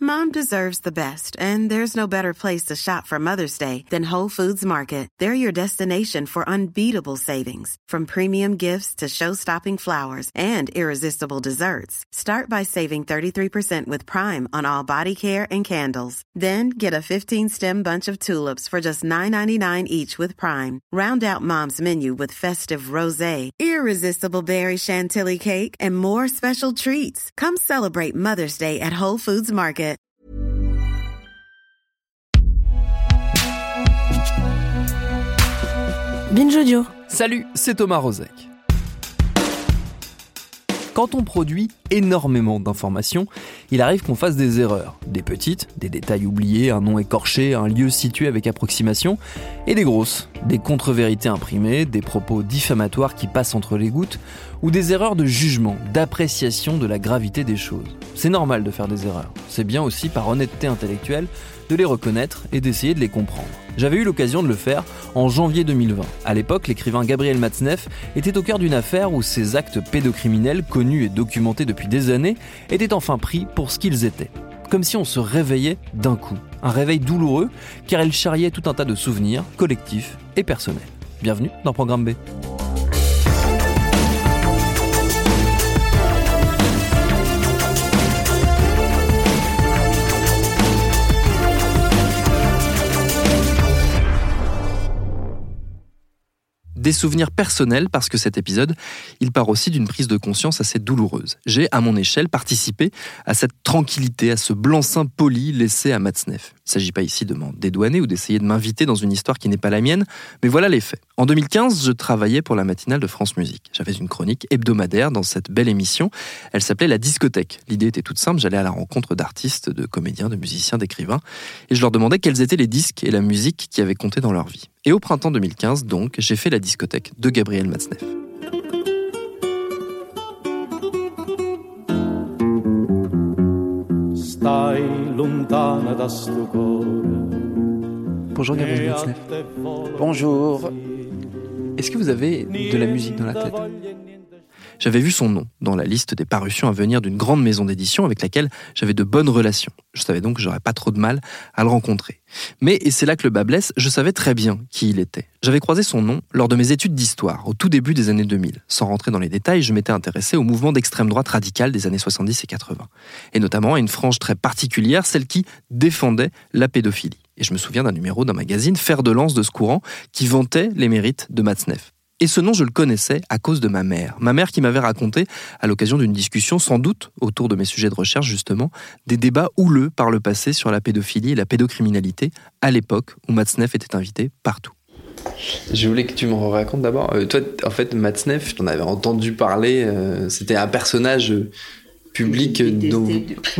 Mom deserves the best, and there's no better place to shop for Mother's Day than Whole Foods Market. They're your destination for unbeatable savings, from premium gifts to show-stopping flowers and irresistible desserts. Start by saving 33% with Prime on all body care and candles. Then get a 15-stem bunch of tulips for just $9.99 each with Prime. Round out Mom's menu with festive rosé, irresistible berry chantilly cake, and more special treats. Come celebrate Mother's Day at Whole Foods Market. Binge Audio. Salut, c'est Thomas Rozek. Quand on produit énormément d'informations, il arrive qu'on fasse des erreurs. Des petites, des détails oubliés, un nom écorché, un lieu situé avec approximation, et des grosses, des contre-vérités imprimées, des propos diffamatoires qui passent entre les gouttes, ou des erreurs de jugement, d'appréciation de la gravité des choses. C'est normal de faire des erreurs. C'est bien aussi, par honnêteté intellectuelle, de les reconnaître et d'essayer de les comprendre. J'avais eu l'occasion de le faire en janvier 2020. À l'époque, l'écrivain Gabriel Matzneff était au cœur d'une affaire où ses actes pédocriminels, connus et documentés depuis des années, étaient enfin pris pour ce qu'ils étaient. Comme si on se réveillait d'un coup. Un réveil douloureux, car il charriait tout un tas de souvenirs, collectifs et personnels. Bienvenue dans Programme B. Des souvenirs personnels parce que cet épisode, il part aussi d'une prise de conscience assez douloureuse. J'ai, à mon échelle, participé à cette tranquillité, à ce blanc-seing poli laissé à Matzneff. Il ne s'agit pas ici de m'en dédouaner ou d'essayer de m'inviter dans une histoire qui n'est pas la mienne, mais voilà les faits. En 2015, je travaillais pour la matinale de France Musique. J'avais une chronique hebdomadaire dans cette belle émission. Elle s'appelait La Discothèque. L'idée était toute simple, j'allais à la rencontre d'artistes, de comédiens, de musiciens, d'écrivains, et je leur demandais quels étaient les disques et la musique qui avaient compté dans leur vie. Et au printemps 2015, donc, j'ai fait La Discothèque de Gabriel Matzneff. Bonjour Gabriel Matzneff. Bonjour. Est-ce que vous avez de la musique dans la tête ? J'avais vu son nom dans la liste des parutions à venir d'une grande maison d'édition avec laquelle j'avais de bonnes relations. Je savais donc que j'aurais pas trop de mal à le rencontrer. Mais, et c'est là que le bas blesse, je savais très bien qui il était. J'avais croisé son nom lors de mes études d'histoire, au tout début des années 2000. Sans rentrer dans les détails, je m'étais intéressé au mouvement d'extrême droite radicale des années 70 et 80. Et notamment à une frange très particulière, celle qui défendait la pédophilie. Et je me souviens d'un numéro d'un magazine, fer de lance de ce courant, qui vantait les mérites de Matzneff. Et ce nom, je le connaissais à cause de ma mère. Ma mère qui m'avait raconté, à l'occasion d'une discussion, sans doute autour de mes sujets de recherche justement, des débats houleux par le passé sur la pédophilie et la pédocriminalité, à l'époque où Matzneff était invité partout. Je voulais que tu me racontes d'abord. Toi, en fait, Matzneff, j'en avais entendu parler, c'était un personnage public dont... depuis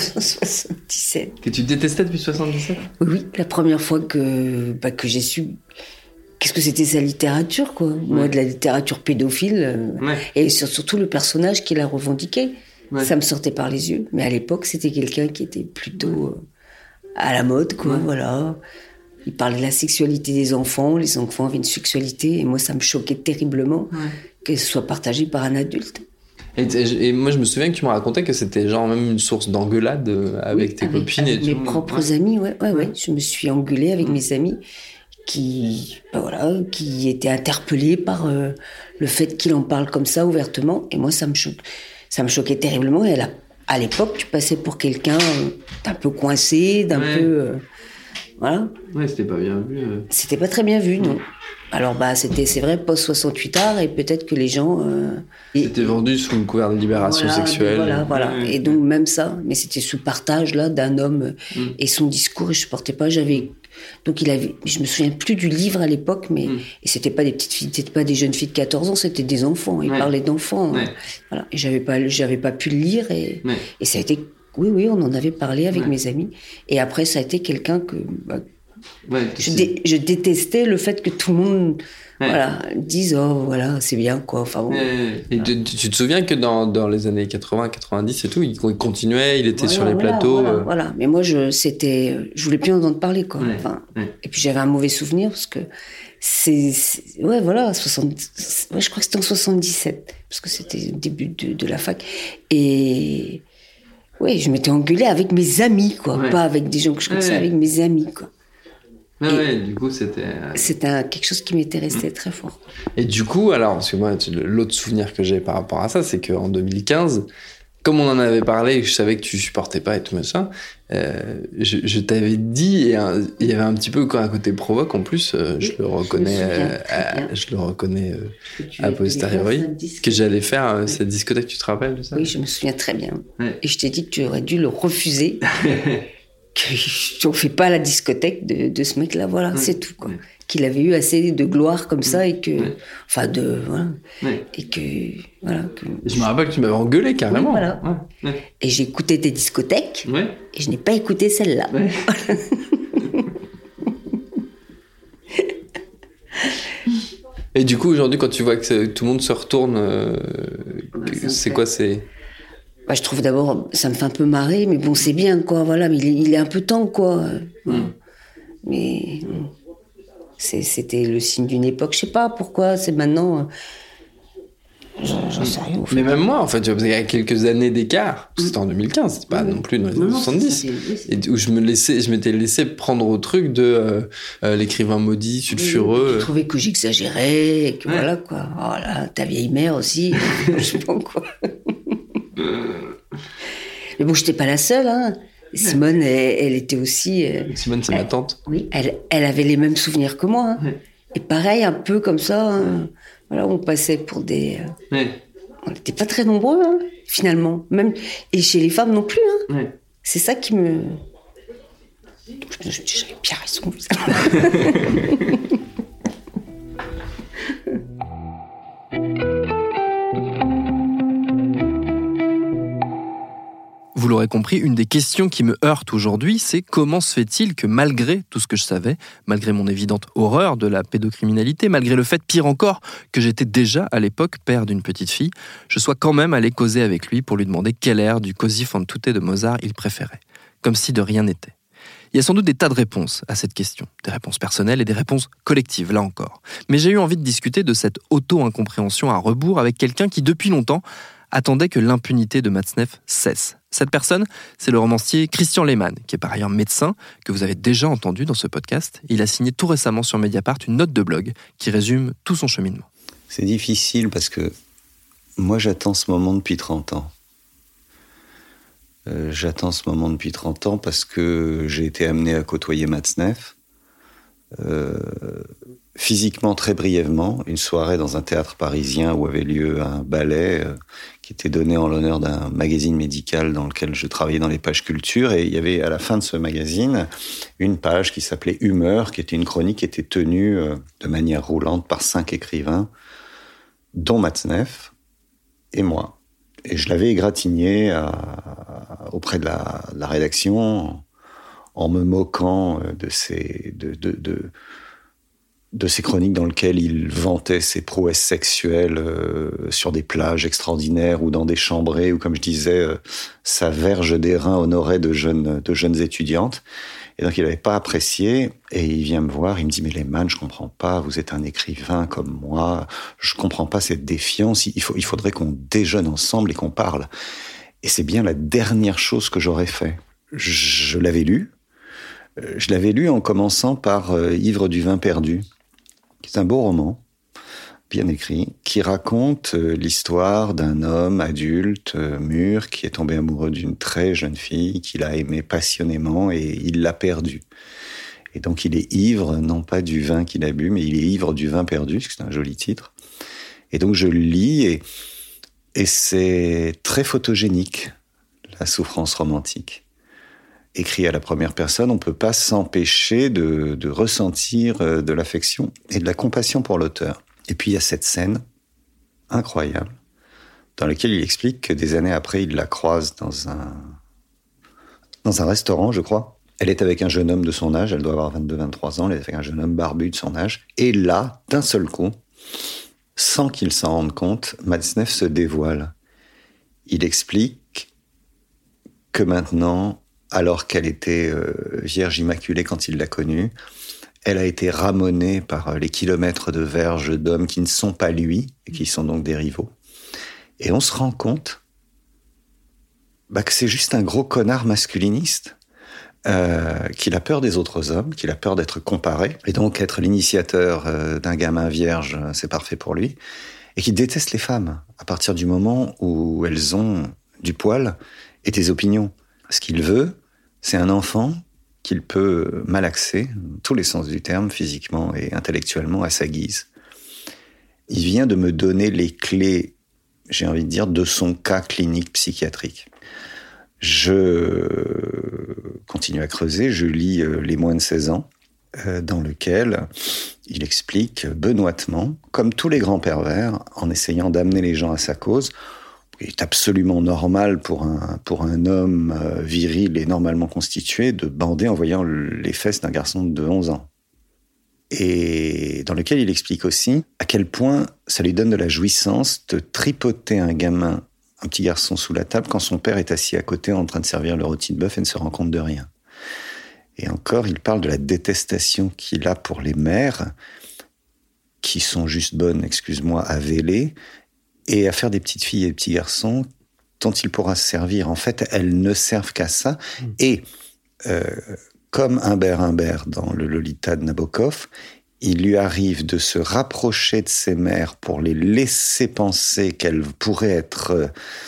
1977. Que tu détestais depuis 1977 ? Oui, la première fois que j'ai su... Qu'est-ce que c'était sa littérature, quoi. Moi, de la littérature pédophile. Et surtout le personnage qu'il a revendiqué. Ouais. Ça me sortait par les yeux. Mais à l'époque, c'était quelqu'un qui était plutôt à la mode, quoi. Ouais. Voilà. Il parlait de la sexualité des enfants. Les enfants avaient une sexualité. Et moi, ça me choquait terriblement que ce soit partagé par un adulte. Et moi, je me souviens que tu me racontais que c'était genre même une source d'engueulade avec tes copines. Avec mes propres amis, ouais. Je me suis engueulée avec mes amis qui étaient interpellés par le fait qu'il en parle comme ça ouvertement. Et moi, ça me choquait terriblement. Et à l'époque, tu passais pour quelqu'un d'un peu coincé, d'un peu... voilà. Ouais, c'était pas bien vu. C'était pas très bien vu, non. Alors, c'est vrai, post-68 art, et peut-être que les gens... C'était vendu sous le couvert de libération sexuelle. Voilà. Et donc, même ça, mais c'était sous partage, là, d'un homme et son discours, et je supportais pas, Donc je me souviens plus du livre à l'époque, mais et c'était pas des petites filles, c'était pas des jeunes filles de 14 ans, c'était des enfants. Il parlait d'enfants. Voilà. Et j'avais pas pu le lire et ça a été, oui, on en avait parlé avec mes amis. Et après, ça a été quelqu'un que je détestais le fait que tout le monde dise c'est bien quoi. Enfin bon. Et tu te souviens que dans les années 80, 90 et tout, il continuait, il était sur les plateaux. Voilà. Mais moi je voulais plus en entendre parler quoi. Et puis j'avais un mauvais souvenir parce que je crois que c'était en 77 parce que c'était le début de la fac et Oui, je m'étais engueulée avec mes amis, quoi. Ouais. Pas avec des gens que je connaissais, avec mes amis, quoi. Ouais, du coup, c'était... C'était quelque chose qui m'était resté très fort. Et du coup, alors, parce que moi, l'autre souvenir que j'ai par rapport à ça, c'est qu'en 2015, comme on en avait parlé et que je savais que tu supportais pas et tout machin, je t'avais dit, et il y avait un petit peu un côté provoque en plus, je le reconnais a posteriori, que j'allais faire cette discothèque, tu te rappelles de ça? Oui, je me souviens très bien. Ouais. Et je t'ai dit que tu aurais dû le refuser. qu'on fait pas la discothèque de ce mec-là, voilà, c'est tout, quoi. Qu'il avait eu assez de gloire comme ça et que... Enfin, voilà. Et que... Voilà. Je me rappelle que tu m'avais engueulé, carrément. Oui, voilà. Et j'ai écouté tes discothèques et je n'ai pas écouté celle-là. Ouais. Et du coup, aujourd'hui, quand tu vois que tout le monde se retourne, c'est quoi, c'est... Bah, je trouve d'abord, ça me fait un peu marrer, mais bon, c'est bien, quoi, voilà, mais il est un peu temps, quoi. Mais c'était le signe d'une époque, je sais pas pourquoi, c'est maintenant... J'en sais rien. Mais même moi, en fait, il y a quelques années d'écart, c'était en 2015, c'était pas non plus dans les années 70, et où je m'étais laissé prendre au truc de l'écrivain maudit, sulfureux. Je trouvais que j'exagérais, et que voilà, quoi. Oh là, ta vieille mère aussi, je sais pas quoi. Mais bon, j'étais pas la seule, hein. Simone, elle était aussi... Simone, c'est ma tante. Oui, elle avait les mêmes souvenirs que moi. Hein. Et pareil, un peu comme ça, voilà, on passait pour des... On n'était pas très nombreux, hein, finalement. Même... Et chez les femmes non plus. Hein. C'est ça qui me... J'avais bien raison. Vous l'aurez compris, une des questions qui me heurte aujourd'hui, c'est comment se fait-il que malgré tout ce que je savais, malgré mon évidente horreur de la pédocriminalité, malgré le fait, pire encore, que j'étais déjà à l'époque père d'une petite fille, je sois quand même allé causer avec lui pour lui demander quel air du Così fan tutte de Mozart il préférait, comme si de rien n'était. Il y a sans doute des tas de réponses à cette question, des réponses personnelles et des réponses collectives, là encore. Mais j'ai eu envie de discuter de cette auto-incompréhension à rebours avec quelqu'un qui, depuis longtemps, attendait que l'impunité de Matzneff cesse. Cette personne, c'est le romancier Christian Lehmann, qui est par ailleurs médecin, que vous avez déjà entendu dans ce podcast. Il a signé tout récemment sur Mediapart une note de blog qui résume tout son cheminement. C'est difficile parce que moi, j'attends ce moment depuis 30 ans. J'attends ce moment depuis 30 ans parce que j'ai été amené à côtoyer Matzneff. Physiquement, très brièvement, une soirée dans un théâtre parisien où avait lieu un ballet qui était donné en l'honneur d'un magazine médical dans lequel je travaillais dans les pages culture. Et il y avait à la fin de ce magazine une page qui s'appelait Humeur, qui était une chronique qui était tenue de manière roulante par 5 écrivains, dont Matzneff et moi. Et je l'avais égratigné auprès de la rédaction en me moquant de ces chroniques dans lesquelles il vantait ses prouesses sexuelles sur des plages extraordinaires ou dans des chambrées, ou comme je disais, sa verge d'airain honorée de jeunes étudiantes. Et donc il n'avait pas apprécié, et il vient me voir, il me dit « Mais Lehmann, je comprends pas, vous êtes un écrivain comme moi, je comprends pas cette défiance, il faudrait qu'on déjeune ensemble et qu'on parle. » Et c'est bien la dernière chose que j'aurais fait. Je l'avais lu. Je l'avais lu en commençant par Ivre du vin perdu, qui est un beau roman, bien écrit, qui raconte l'histoire d'un homme adulte, mûr, qui est tombé amoureux d'une très jeune fille, qu'il a aimée passionnément et il l'a perdue. Et donc il est ivre, non pas du vin qu'il a bu, mais il est ivre du vin perdu, parce que c'est un joli titre. Et donc je le lis et c'est très photogénique, la souffrance romantique. Écrit à la première personne, on ne peut pas s'empêcher de ressentir de l'affection et de la compassion pour l'auteur. Et puis il y a cette scène incroyable dans laquelle il explique que des années après, il la croise dans un restaurant, je crois. Elle est avec un jeune homme de son âge, elle doit avoir 22-23 ans, elle est avec un jeune homme barbu de son âge. Et là, d'un seul coup, sans qu'il s'en rende compte, Matzneff se dévoile. Il explique que maintenant, alors qu'elle était vierge immaculée quand il l'a connue, elle a été ramonée par les kilomètres de verges d'hommes qui ne sont pas lui, et qui sont donc des rivaux. Et on se rend compte que c'est juste un gros connard masculiniste, qu'il a peur des autres hommes, qu'il a peur d'être comparé, et donc être l'initiateur d'un gamin vierge, c'est parfait pour lui, et qu'il déteste les femmes à partir du moment où elles ont du poil et des opinions. Ce qu'il veut, c'est un enfant qu'il peut malaxer, dans tous les sens du terme, physiquement et intellectuellement, à sa guise. Il vient de me donner les clés, j'ai envie de dire, de son cas clinique psychiatrique. Je continue à creuser, je lis Les moins de 16 ans, dans lequel il explique benoîtement, comme tous les grands pervers, en essayant d'amener les gens à sa cause. Il est absolument normal pour un homme viril et normalement constitué de bander en voyant les fesses d'un garçon de 11 ans. Et dans lequel il explique aussi à quel point ça lui donne de la jouissance de tripoter un petit garçon sous la table quand son père est assis à côté en train de servir le rôti de bœuf et ne se rend compte de rien. Et encore, il parle de la détestation qu'il a pour les mères qui sont juste bonnes, excuse-moi, à véler et à faire des petites filles et des petits garçons dont il pourra se servir. En fait, elles ne servent qu'à ça. Et comme Humbert dans le Lolita de Nabokov, il lui arrive de se rapprocher de ses mères pour les laisser penser qu'elles pourraient être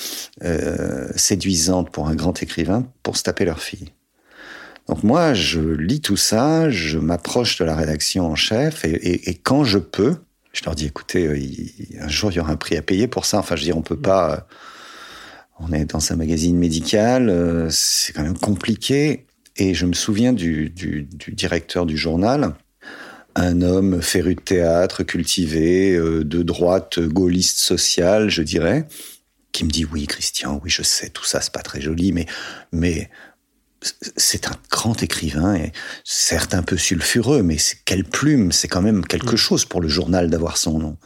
séduisantes pour un grand écrivain pour se taper leur fille. Donc moi, je lis tout ça, je m'approche de la rédaction en chef et quand je peux, je leur dis, écoutez, un jour, il y aura un prix à payer pour ça. Enfin, je veux dire, on peut pas... on est dans un magazine médical, c'est quand même compliqué. Et je me souviens du directeur du journal, un homme féru de théâtre, cultivé, de droite gaulliste sociale, je dirais, qui me dit, oui, Christian, oui, je sais, tout ça, c'est pas très joli, mais c'est un grand écrivain, et certes un peu sulfureux, mais quelle plume, c'est quand même quelque chose pour le journal d'avoir son nom.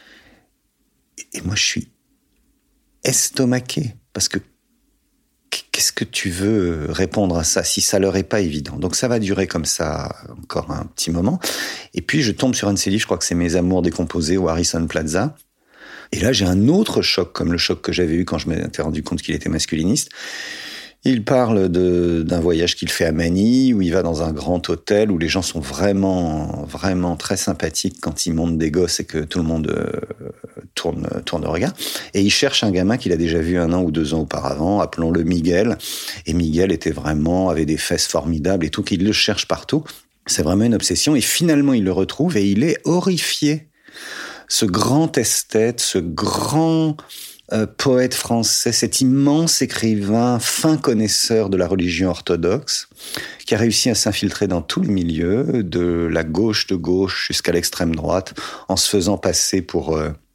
Et moi, je suis estomaqué, parce que qu'est-ce que tu veux répondre à ça si ça leur est pas évident? Donc ça va durer comme ça encore un petit moment. Et puis je tombe sur un de ces livres, je crois que c'est Mes amours décomposés ou Harrison Plaza. Et là j'ai un autre choc, comme le choc que j'avais eu quand je m'étais rendu compte qu'il était masculiniste. Il parle d'un voyage qu'il fait à Manille, où il va dans un grand hôtel, où les gens sont vraiment, vraiment très sympathiques quand ils montent des gosses et que tout le monde tourne le regard. Et il cherche un gamin qu'il a déjà vu 1 an ou 2 ans auparavant, appelons-le Miguel. Et Miguel avait des fesses formidables et tout, qu'il le cherche partout. C'est vraiment une obsession. Et finalement, il le retrouve et il est horrifié. Ce grand esthète, ce grand... poète français, cet immense écrivain, fin connaisseur de la religion orthodoxe, qui a réussi à s'infiltrer dans tous les milieux, de la gauche de gauche jusqu'à l'extrême droite, en se faisant passer pour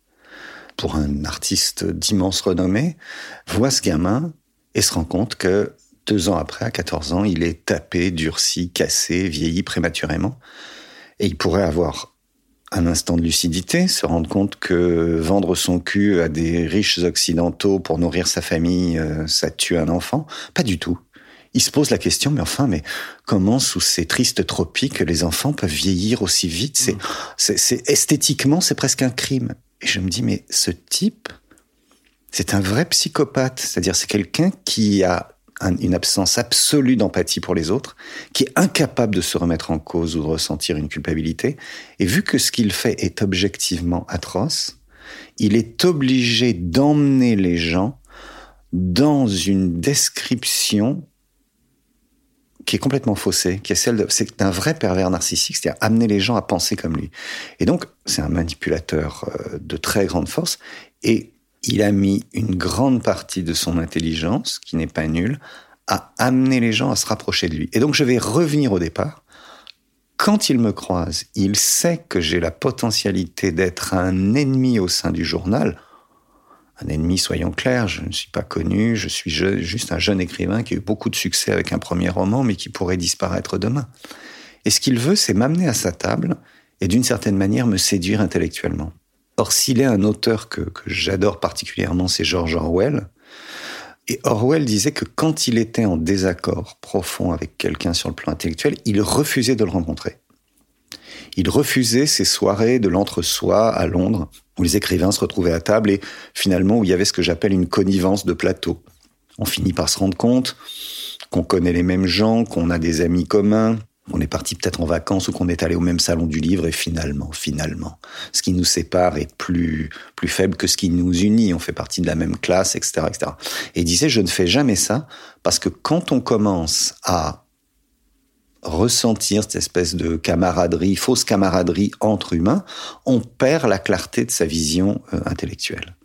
un artiste d'immense renommée, voit ce gamin et se rend compte que 2 ans après, à 14 ans, il est tapé, durci, cassé, vieilli prématurément. Et il pourrait avoir un instant de lucidité, se rendre compte que vendre son cul à des riches occidentaux pour nourrir sa famille, ça tue un enfant. Pas du tout. Il se pose la question, mais comment sous ces tristes tropiques les enfants peuvent vieillir aussi vite? C'est esthétiquement, c'est presque un crime. Et je me dis, mais ce type, c'est un vrai psychopathe. C'est-à-dire, c'est quelqu'un qui a une absence absolue d'empathie pour les autres, qui est incapable de se remettre en cause ou de ressentir une culpabilité. Et vu que ce qu'il fait est objectivement atroce, il est obligé d'emmener les gens dans une description qui est complètement faussée, qui est c'est un vrai pervers narcissique, c'est-à-dire amener les gens à penser comme lui. Et donc, c'est un manipulateur de très grande force, et il a mis une grande partie de son intelligence, qui n'est pas nulle, à amener les gens à se rapprocher de lui. Et donc, je vais revenir au départ. Quand il me croise, il sait que j'ai la potentialité d'être un ennemi au sein du journal. Un ennemi, soyons clairs, je ne suis pas connu, je suis juste un jeune écrivain qui a eu beaucoup de succès avec un premier roman, mais qui pourrait disparaître demain. Et ce qu'il veut, c'est m'amener à sa table et d'une certaine manière me séduire intellectuellement. Or, s'il est un auteur que j'adore particulièrement, c'est George Orwell. Et Orwell disait que quand il était en désaccord profond avec quelqu'un sur le plan intellectuel, il refusait de le rencontrer. Il refusait ces soirées de l'entre-soi à Londres, où les écrivains se retrouvaient à table et finalement où il y avait ce que j'appelle une connivence de plateau. On finit par se rendre compte qu'on connaît les mêmes gens, qu'on a des amis communs, qu'on est parti peut-être en vacances ou qu'on est allé au même salon du livre et finalement, ce qui nous sépare est plus faible que ce qui nous unit. On fait partie de la même classe, etc., etc. Et il disait, je ne fais jamais ça parce que quand on commence à ressentir cette espèce de camaraderie, fausse camaraderie entre humains, on perd la clarté de sa vision intellectuelle.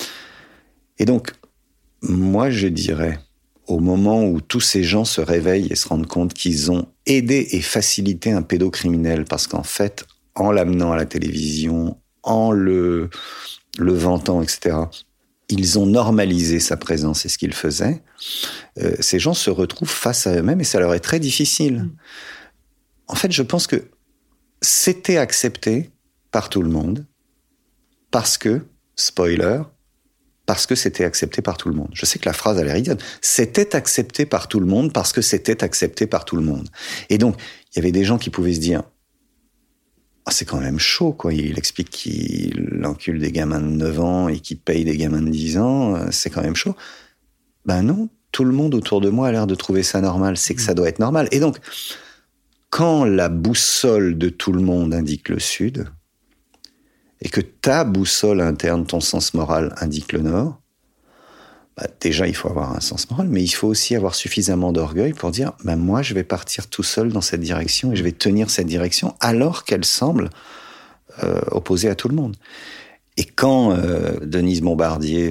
Et donc, moi, je dirais, au moment où tous ces gens se réveillent et se rendent compte qu'ils ont aidé et facilité un pédocriminel, parce qu'en fait, en l'amenant à la télévision, en le vantant, etc., ils ont normalisé sa présence et ce qu'il faisait, ces gens se retrouvent face à eux-mêmes et ça leur est très difficile. En fait, je pense que c'était accepté par tout le monde parce que, spoiler, parce que c'était accepté par tout le monde. Je sais que la phrase a l'air idiote. C'était accepté par tout le monde parce que c'était accepté par tout le monde. Et donc, il y avait des gens qui pouvaient se dire « c'est quand même chaud, quoi. Il explique qu'il encule des gamins de 9 ans et qu'il paye des gamins de 10 ans. C'est quand même chaud. » Ben non, tout le monde autour de moi a l'air de trouver ça normal. C'est que ça doit être normal. Et donc, quand la boussole de tout le monde indique le sud, et que ta boussole interne, ton sens moral, indique le nord, bah déjà, il faut avoir un sens moral, mais il faut aussi avoir suffisamment d'orgueil pour dire bah moi, je vais partir tout seul dans cette direction et je vais tenir cette direction alors qu'elle semble opposée à tout le monde. Et quand Denise Bombardier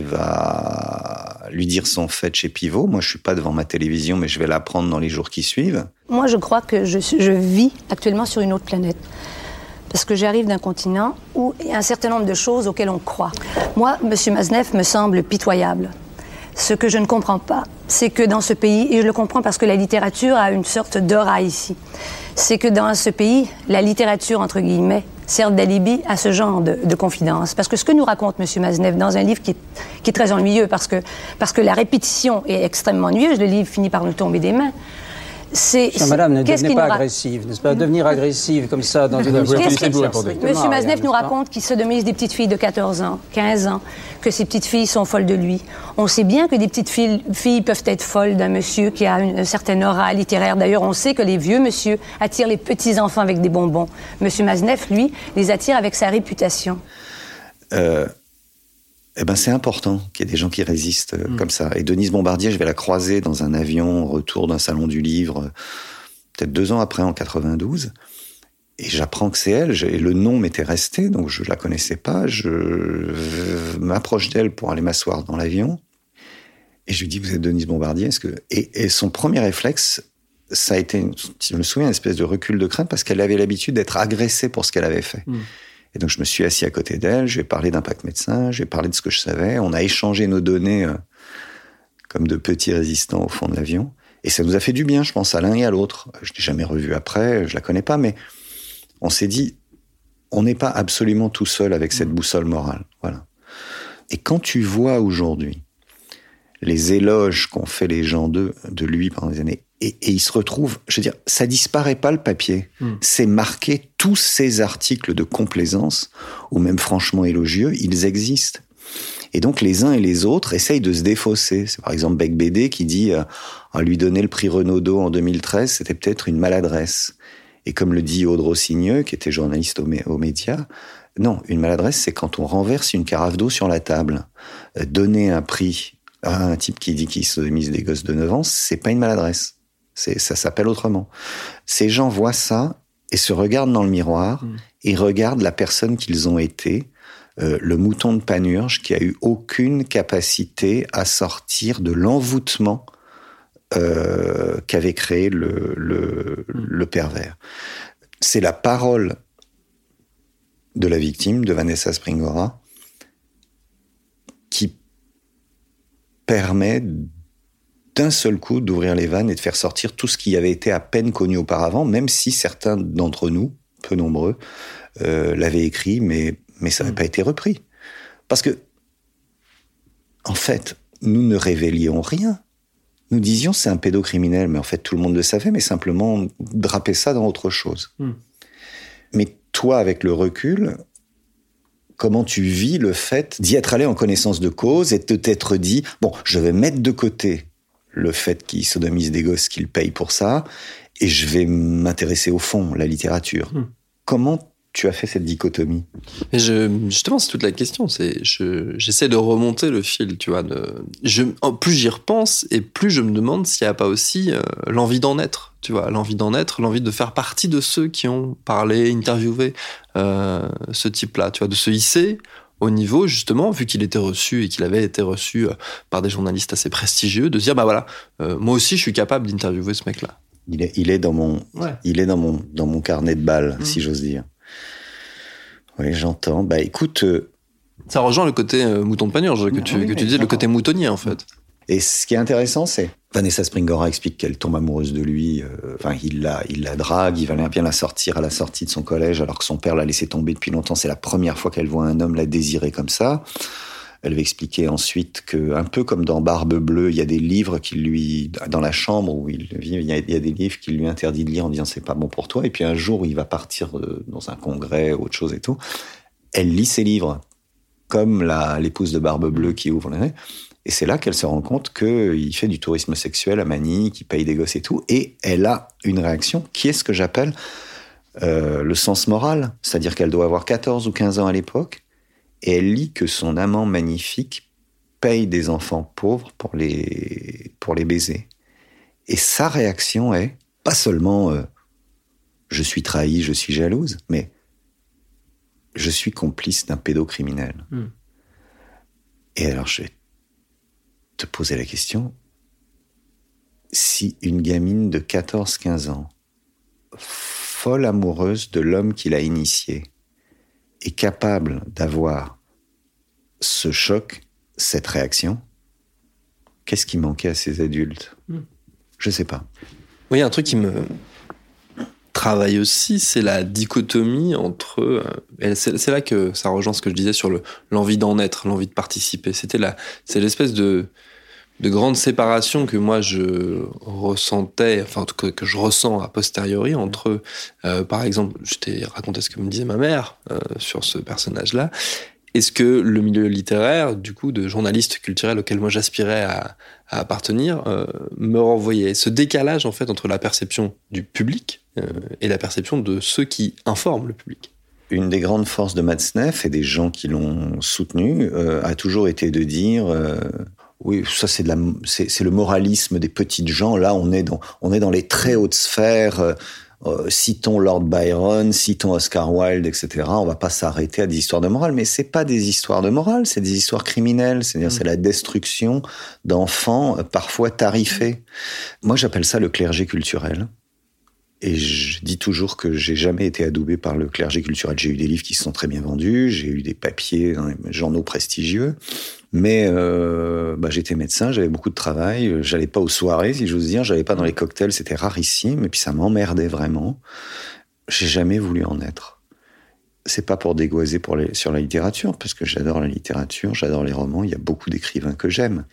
va lui dire son fait chez Pivot, moi, je suis pas devant ma télévision, mais je vais l'apprendre dans les jours qui suivent. Moi, je crois que je vis actuellement sur une autre planète. Parce que j'arrive d'un continent où il y a un certain nombre de choses auxquelles on croit. Moi, M. Maznev me semble pitoyable. Ce que je ne comprends pas, c'est que dans ce pays, et je le comprends parce que la littérature a une sorte d'aura ici, c'est que dans ce pays, la littérature, entre guillemets, sert d'alibi à ce genre de confidence. Parce que ce que nous raconte M. Maznev dans un livre qui est très ennuyeux, parce que la répétition est extrêmement ennuyeuse, le livre finit par nous tomber des mains. Madame, ne devenez pas agressive, n'est-ce pas? Devenir agressive comme ça dans une émission. Monsieur Maznev nous raconte qu'il sodomise des petites filles de 14 ans, 15 ans, que ces petites filles sont folles de lui. On sait bien que des petites filles peuvent être folles d'un monsieur qui a une certaine aura littéraire. D'ailleurs, on sait que les vieux monsieur attirent les petits-enfants avec des bonbons. Monsieur Maznev, lui, les attire avec sa réputation. Eh ben, c'est important qu'il y ait des gens qui résistent comme ça. Et Denise Bombardier, je vais la croiser dans un avion, au retour d'un salon du livre, peut-être 2 ans après, en 92. Et j'apprends que c'est elle. Et le nom m'était resté, donc je la connaissais pas. Je m'approche d'elle pour aller m'asseoir dans l'avion. Et je lui dis, vous êtes Denise Bombardier, est-ce que... Et son premier réflexe, ça a été, je me souviens, une espèce de recul de crainte parce qu'elle avait l'habitude d'être agressée pour ce qu'elle avait fait. Et donc, je me suis assis à côté d'elle, je lui ai parlé d'Impact Médecin, je lui ai parlé de ce que je savais. On a échangé nos données comme de petits résistants au fond de l'avion. Et ça nous a fait du bien, je pense, à l'un et à l'autre. Je ne l'ai jamais revue après, je la connais pas, mais on s'est dit, on n'est pas absolument tout seul avec cette boussole morale. Voilà. Et quand tu vois aujourd'hui les éloges qu'ont fait les gens de lui pendant des années, et il se retrouve, je veux dire, ça disparaît pas le papier. C'est marqué, tous ces articles de complaisance, ou même franchement élogieux, ils existent. Et donc les uns et les autres essayent de se défausser. C'est par exemple Bec BD qui dit à lui donner le prix Renaudot en 2013, c'était peut-être une maladresse. Et comme le dit Aude Rossigneux, qui était journaliste aux médias, non, une maladresse, c'est quand on renverse une carafe d'eau sur la table. Donner un prix à un type qui dit qu'il sodomise des gosses de 9 ans, c'est pas une maladresse. Ça s'appelle autrement. Ces gens voient ça et se regardent dans le miroir et regardent la personne qu'ils ont été, le mouton de Panurge qui a eu aucune capacité à sortir de l'envoûtement qu'avait créé le pervers. C'est la parole de la victime, de Vanessa Springora, qui permet d'un seul coup d'ouvrir les vannes et de faire sortir tout ce qui avait été à peine connu auparavant, même si certains d'entre nous, peu nombreux, l'avaient écrit, mais ça n'avait pas été repris. Parce que, en fait, nous ne révélions rien. Nous disions c'est un pédocriminel, mais en fait tout le monde le savait, mais simplement draper ça dans autre chose. Mais toi, avec le recul, comment tu vis le fait d'y être allé en connaissance de cause et de t'être dit, bon, je vais mettre de côté le fait qu'il sodomise des gosses, qu'il paye pour ça, et je vais m'intéresser au fond, la littérature. Comment tu as fait cette dichotomie? Et justement, c'est toute la question. J'essaie de remonter le fil, tu vois. Plus j'y repense, et plus je me demande s'il n'y a pas aussi l'envie d'en être, tu vois. L'envie d'en être, l'envie de faire partie de ceux qui ont parlé, interviewé ce type-là, tu vois, de se hisser au niveau, justement, vu qu'il était reçu et qu'il avait été reçu par des journalistes assez prestigieux, de se dire, bah voilà, moi aussi, je suis capable d'interviewer ce mec-là. Il est dans mon carnet de balles, si j'ose dire. Oui, j'entends. Bah écoute... Ça rejoint le côté mouton de panurge que tu disais, le côté moutonnier, en fait. Et ce qui est intéressant, c'est... Vanessa Springora explique qu'elle tombe amoureuse de lui. Il la drague, il va bien la sortir à la sortie de son collège, alors que son père l'a laissé tomber depuis longtemps. C'est la première fois qu'elle voit un homme la désirer comme ça. Elle va expliquer ensuite que, un peu comme dans Barbe Bleue, il y a des livres dans la chambre où il vit, il y a des livres qu'il lui interdit de lire en disant c'est pas bon pour toi. Et puis un jour, il va partir dans un congrès ou autre chose et tout. Elle lit ses livres, comme l'épouse de Barbe Bleue qui ouvre les nez. Et c'est là qu'elle se rend compte qu'il fait du tourisme sexuel à Manille, qu'il paye des gosses et tout. Et elle a une réaction qui est ce que j'appelle le sens moral. C'est-à-dire qu'elle doit avoir 14 ou 15 ans à l'époque. Et elle lit que son amant magnifique paye des enfants pauvres pour les baiser. Et sa réaction est pas seulement je suis trahie, je suis jalouse, mais je suis complice d'un pédocriminel. Et alors je vais te poser la question, si une gamine de 14-15 ans, folle amoureuse de l'homme qui l'a initiée, est capable d'avoir ce choc, cette réaction, qu'est-ce qui manquait à ces adultes ? Je sais pas. Oui, il y a un truc qui me travaille aussi, c'est la dichotomie entre... c'est là que ça rejoint ce que je disais sur l'envie d'en être, l'envie de participer. C'est l'espèce de grande séparation que moi je ressentais, enfin en tout cas que je ressens a posteriori entre, par exemple, je t'ai raconté ce que me disait ma mère sur ce personnage-là. Est-ce que le milieu littéraire, du coup, de journaliste culturel auquel moi j'aspirais à appartenir, me renvoyait ce décalage en fait entre la perception du public et la perception de ceux qui informent le public? Une des grandes forces de Matzneff et des gens qui l'ont soutenu a toujours été de dire... Oui, ça c'est le moralisme des petites gens. Là, on est dans les très hautes sphères. Citons Lord Byron, citons Oscar Wilde, etc. On va pas s'arrêter à des histoires de morale, mais c'est pas des histoires de morale, c'est des histoires criminelles. C'est-à-dire, c'est la destruction d'enfants parfois tarifés. Moi, j'appelle ça le clergé culturel. Et je dis toujours que j'ai jamais été adoubé par le clergé culturel. J'ai eu des livres qui se sont très bien vendus, j'ai eu des papiers dans les journaux prestigieux, mais j'étais médecin, j'avais beaucoup de travail, j'allais pas aux soirées, si j'ose dire, j'allais pas dans les cocktails, c'était rarissime, et puis ça m'emmerdait vraiment. J'ai jamais voulu en être. C'est pas pour dégoiser sur la littérature, parce que j'adore la littérature, j'adore les romans, il y a beaucoup d'écrivains que j'aime.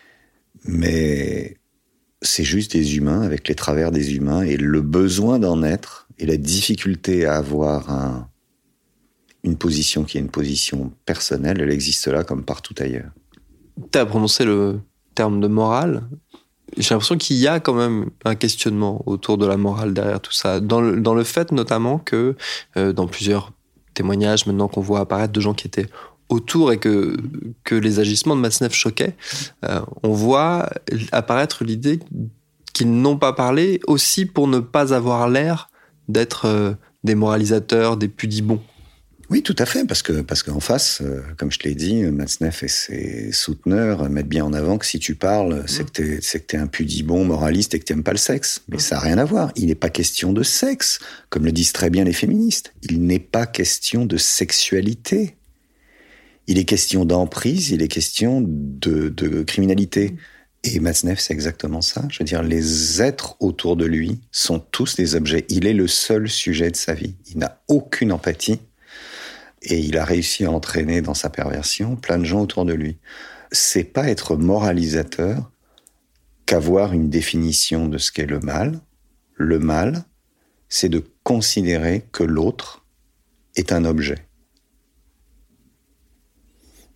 Mais... c'est juste des humains avec les travers des humains et le besoin d'en être et la difficulté à avoir une position qui est une position personnelle, elle existe là comme partout ailleurs. Tu as prononcé le terme de morale. J'ai l'impression qu'il y a quand même un questionnement autour de la morale derrière tout ça. Dans le fait notamment que dans plusieurs témoignages maintenant qu'on voit apparaître de gens qui étaient autour et que les agissements de Matzneff choquaient, on voit apparaître l'idée qu'ils n'ont pas parlé aussi pour ne pas avoir l'air d'être des moralisateurs, des pudibons. Oui, tout à fait, parce qu'en face, comme je te l'ai dit, Matzneff et ses souteneurs mettent bien en avant que si tu parles, c'est que t'es un pudibon moraliste et que t'aimes pas le sexe. Mais ça n'a rien à voir. Il n'est pas question de sexe, comme le disent très bien les féministes. Il n'est pas question de sexualité. Il est question d'emprise, il est question de criminalité. Et Matzneff, c'est exactement ça. Je veux dire, les êtres autour de lui sont tous des objets. Il est le seul sujet de sa vie. Il n'a aucune empathie. Et il a réussi à entraîner dans sa perversion plein de gens autour de lui. C'est pas être moralisateur qu'avoir une définition de ce qu'est le mal. Le mal, c'est de considérer que l'autre est un objet.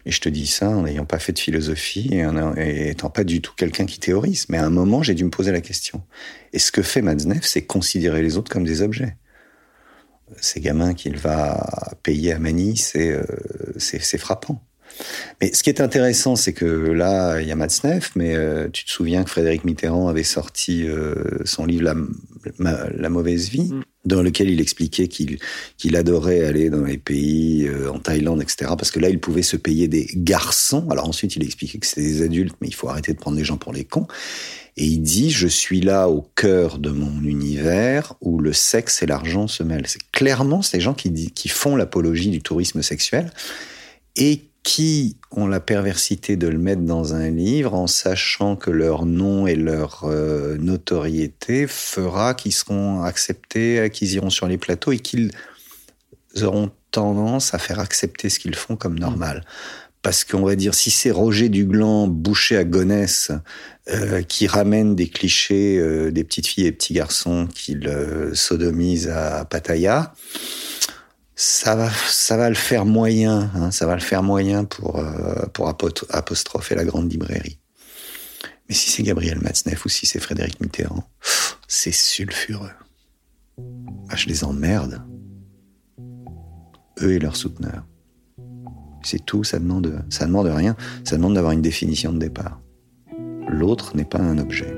Et je te dis ça en n'ayant pas fait de philosophie et étant pas du tout quelqu'un qui théorise. Mais à un moment, j'ai dû me poser la question. Et ce que fait Matzneff, c'est considérer les autres comme des objets. Ces gamins qu'il va payer à Manille, c'est frappant. Mais ce qui est intéressant, c'est que là, il y a Matzneff, mais tu te souviens que Frédéric Mitterrand avait sorti son livre La mauvaise vie, dans lequel il expliquait qu'il adorait aller dans les pays, en Thaïlande, etc., parce que là, il pouvait se payer des garçons. Alors ensuite, il expliquait que c'était des adultes, mais il faut arrêter de prendre les gens pour les cons. Et il dit, je suis là au cœur de mon univers où le sexe et l'argent se mêlent. C'est clairement ces gens qui font l'apologie du tourisme sexuel et qui ont la perversité de le mettre dans un livre en sachant que leur nom et leur notoriété fera qu'ils seront acceptés, qu'ils iront sur les plateaux et qu'ils auront tendance à faire accepter ce qu'ils font comme normal. Parce qu'on va dire, si c'est Roger Duglan, bouché à Gonesse, qui ramène des clichés des petites filles et petits garçons qu'il sodomise à Pattaya, ça va le faire moyen, hein, ça va le faire moyen pour apostropher la grande librairie. Mais si c'est Gabriel Matzneff ou si c'est Frédéric Mitterrand, c'est sulfureux. Ah, je les emmerde. Eux et leurs souteneurs. C'est tout, ça demande rien, ça demande d'avoir une définition de départ. L'autre n'est pas un objet.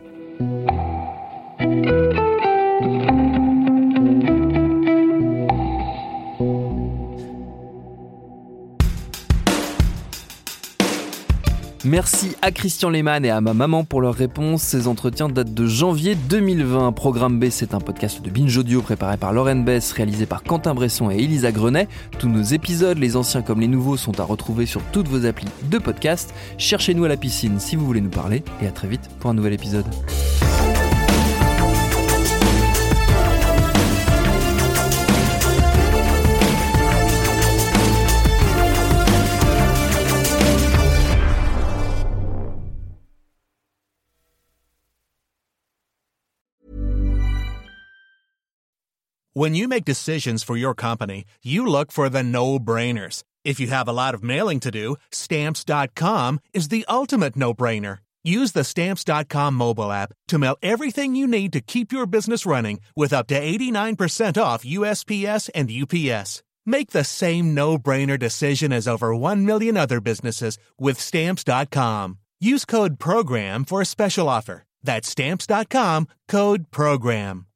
Merci à Christian Lehmann et à ma maman pour leurs réponses. Ces entretiens datent de janvier 2020. Programme B, c'est un podcast de Binge Audio préparé par Lauren Bess, réalisé par Quentin Bresson et Elisa Grenet. Tous nos épisodes, les anciens comme les nouveaux, sont à retrouver sur toutes vos applis de podcast. Cherchez-nous à la piscine si vous voulez nous parler. Et à très vite pour un nouvel épisode. When you make decisions for your company, you look for the no-brainers. If you have a lot of mailing to do, Stamps.com is the ultimate no-brainer. Use the Stamps.com mobile app to mail everything you need to keep your business running with up to 89% off USPS and UPS. Make the same no-brainer decision as over 1 million other businesses with Stamps.com. Use code PROGRAM for a special offer. That's Stamps.com, code PROGRAM.